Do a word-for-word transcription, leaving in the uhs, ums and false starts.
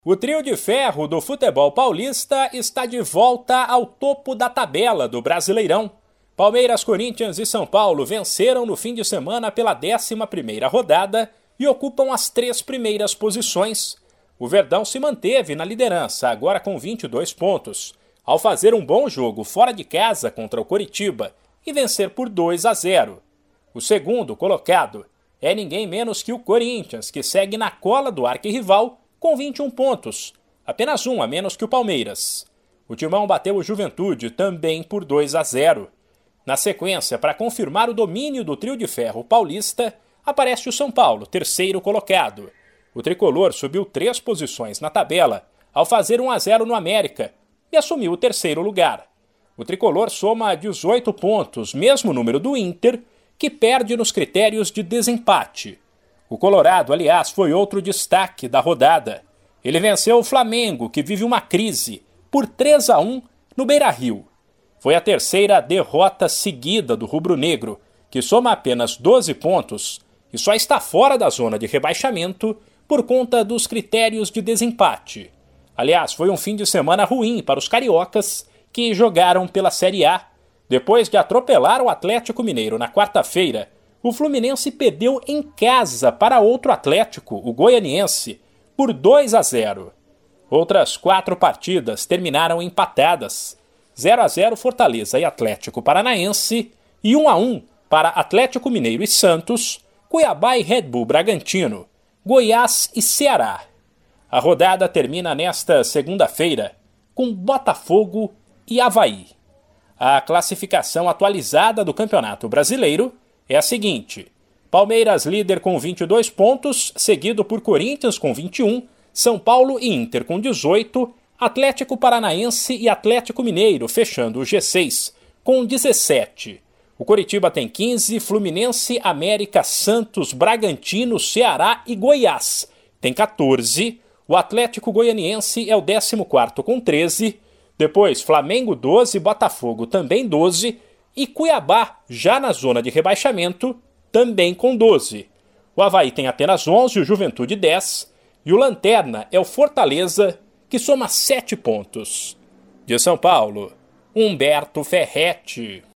O trio de ferro do futebol paulista está de volta ao topo da tabela do Brasileirão. Palmeiras, Corinthians e São Paulo venceram no fim de semana pela décima primeira rodada e ocupam as três primeiras posições. O Verdão se manteve na liderança, agora com vinte e dois pontos, ao fazer um bom jogo fora de casa contra o Coritiba e vencer por dois a zero. O segundo colocado é ninguém menos que o Corinthians, que segue na cola do arquirrival com vinte e um pontos, apenas um a menos que o Palmeiras. O Timão bateu o Juventude também por dois a zero. Na sequência, para confirmar o domínio do trio de ferro paulista, aparece o São Paulo, terceiro colocado. O tricolor subiu três posições na tabela ao fazer um a zero no América e assumiu o terceiro lugar. O tricolor soma dezoito pontos, mesmo número do Inter, que perde nos critérios de desempate. O Colorado, aliás, foi outro destaque da rodada. Ele venceu o Flamengo, que vive uma crise, por três a um no Beira-Rio. Foi a terceira derrota seguida do rubro-negro, que soma apenas doze pontos e só está fora da zona de rebaixamento por conta dos critérios de desempate. Aliás, foi um fim de semana ruim para os cariocas que jogaram pela Série A. Depois de atropelar o Atlético Mineiro na quarta-feira, o Fluminense perdeu em casa para outro Atlético, o Goianiense, por dois a zero. Outras quatro partidas terminaram empatadas. zero a zero Fortaleza e Atlético Paranaense e um a um para Atlético Mineiro e Santos, Cuiabá e Red Bull Bragantino, Goiás e Ceará. A rodada termina nesta segunda-feira com Botafogo e Avaí. A classificação atualizada do Campeonato Brasileiro é a seguinte: Palmeiras líder com vinte e dois pontos, seguido por Corinthians com vinte e um, São Paulo e Inter com dezoito, Atlético Paranaense e Atlético Mineiro fechando o G seis com dezessete. O Coritiba tem quinze, Fluminense, América, Santos, Bragantino, Ceará e Goiás tem quatorze, o Atlético Goianiense é o décimo quarto com treze, depois Flamengo doze, Botafogo também doze, e Cuiabá, já na zona de rebaixamento, também com doze. O Avaí tem apenas onze, o Juventude dez, e o Lanterna é o Fortaleza, que soma sete pontos. De São Paulo, Humberto Ferretti.